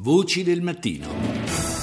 Voci del mattino.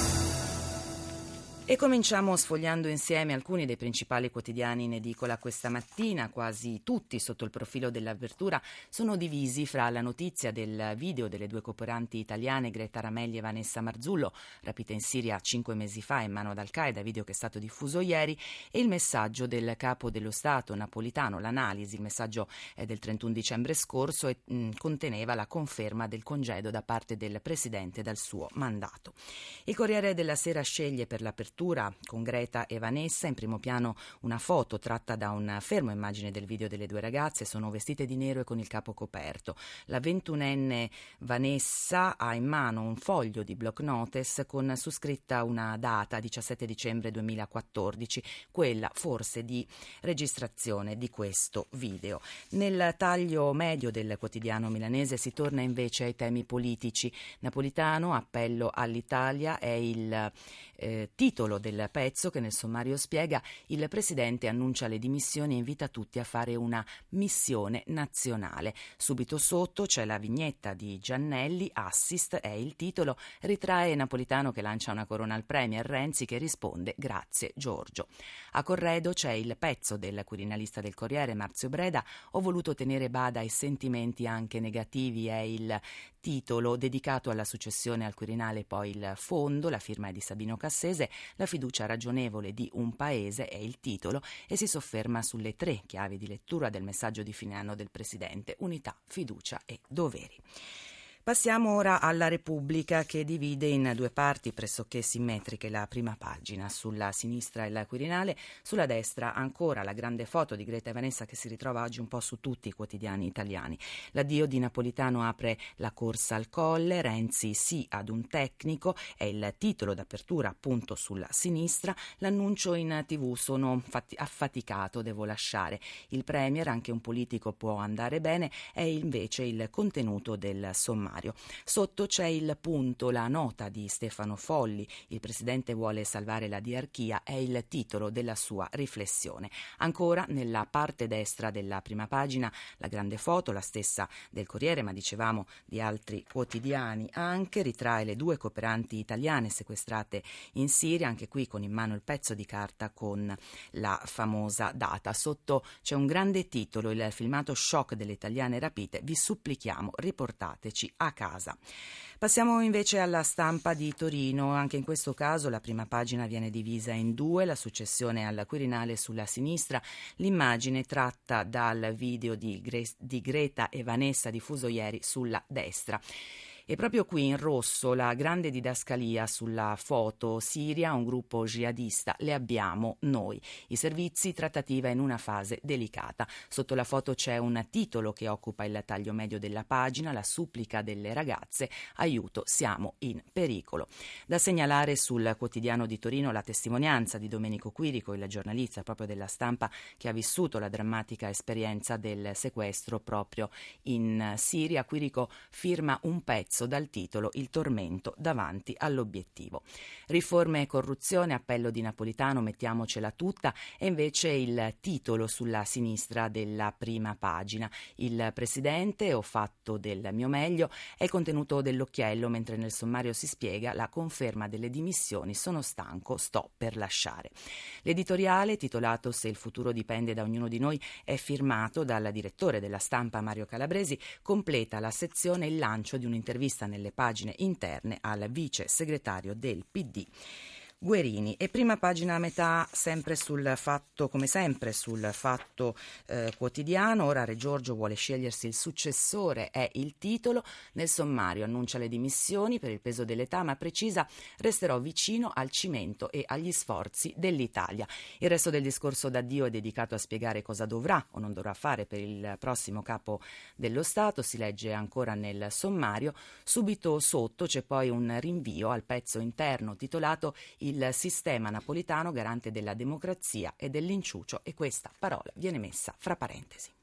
E cominciamo sfogliando insieme alcuni dei principali quotidiani in edicola questa mattina. Quasi tutti, sotto il profilo dell'apertura, sono divisi fra la notizia del video delle due cooperanti italiane Greta Ramelli e Vanessa Marzullo, rapite in Siria 5 mesi fa in mano ad Al-Qaeda, video che è stato diffuso ieri, e il messaggio del capo dello Stato Napolitano. L'analisi, il messaggio è del 31 dicembre scorso e conteneva la conferma del congedo da parte del Presidente dal suo mandato. Il Corriere della Sera sceglie per l'apertura con Greta e Vanessa, in primo piano una foto tratta da una ferma immagine del video delle due ragazze. Sono vestite di nero e con il capo coperto. La 21enne Vanessa ha in mano un foglio di block notice con su scritta una data, 17 dicembre 2014, quella forse di registrazione di questo video. Nel taglio medio del quotidiano milanese si torna invece ai temi politici. Napolitano, appello all'Italia, è il titolo del pezzo che nel sommario spiega: il Presidente annuncia le dimissioni e invita tutti a fare una missione nazionale. Subito sotto c'è la vignetta di Giannelli, Assist è il titolo, ritrae Napolitano che lancia una corona al Premier, Renzi che risponde grazie Giorgio. A corredo c'è il pezzo del quirinalista del Corriere Marzio Breda, ho voluto tenere bada ai sentimenti anche negativi, è il titolo dedicato alla successione al Quirinale, poi il fondo, la firma è di Sabino Cassese, la fiducia ragionevole di un paese è il titolo e si sofferma sulle 3 chiavi di lettura del messaggio di fine anno del Presidente: unità, fiducia e doveri. Passiamo ora alla Repubblica, che divide in 2 parti pressoché simmetriche la prima pagina. Sulla sinistra il Quirinale, sulla destra ancora la grande foto di Greta e Vanessa che si ritrova oggi un po' su tutti i quotidiani italiani. L'addio di Napolitano apre la corsa al Colle, Renzi sì ad un tecnico, è il titolo d'apertura appunto sulla sinistra. L'annuncio in TV: sono affaticato, devo lasciare. Il Premier, anche un politico può andare bene, è invece il contenuto del sommario. Sotto c'è il punto, la nota di Stefano Folli, il Presidente vuole salvare la diarchia, è il titolo della sua riflessione. Ancora nella parte destra della prima pagina la grande foto, la stessa del Corriere, ma dicevamo di altri quotidiani anche, ritrae le 2 cooperanti italiane sequestrate in Siria, anche qui con in mano il pezzo di carta con la famosa data. Sotto c'è un grande titolo, il filmato shock delle italiane rapite, vi supplichiamo riportateci a casa. Passiamo invece alla Stampa di Torino. Anche in questo caso la prima pagina viene divisa in 2, la successione al Quirinale sulla sinistra, l'immagine tratta dal video di Greta e Vanessa diffuso ieri sulla destra. E proprio qui in rosso la grande didascalia sulla foto: Siria, un gruppo jihadista, le abbiamo noi. I servizi, trattativa in una fase delicata. Sotto la foto c'è un titolo che occupa il taglio medio della pagina: la supplica delle ragazze, aiuto, siamo in pericolo. Da segnalare sul quotidiano di Torino la testimonianza di Domenico Quirico, il giornalista proprio della Stampa che ha vissuto la drammatica esperienza del sequestro proprio in Siria. Quirico firma un pezzo dal titolo Il tormento davanti all'obiettivo. Riforme e corruzione, appello di Napolitano, mettiamocela tutta, e invece il titolo sulla sinistra della prima pagina: il Presidente, ho fatto del mio meglio, è il contenuto dell'occhiello, mentre nel sommario si spiega la conferma delle dimissioni, sono stanco, sto per lasciare. L'editoriale, titolato Se il futuro dipende da ognuno di noi, è firmato dal direttore della Stampa Mario Calabresi, completa la sezione il lancio di un'intervista nelle pagine interne al vice segretario del PD Guerini. E prima pagina a metà sempre sul fatto, come sempre sul Fatto Quotidiano. Ora Re Giorgio vuole scegliersi il successore, è il titolo. Nel sommario annuncia le dimissioni per il peso dell'età, ma precisa: resterò vicino al cimento e agli sforzi dell'Italia. Il resto del discorso d'addio è dedicato a spiegare cosa dovrà o non dovrà fare per il prossimo capo dello Stato. Si legge ancora nel sommario. Subito sotto c'è poi un rinvio al pezzo interno titolato Il sistema napolitano garante della democrazia e dell'inciucio, e questa parola viene messa fra parentesi.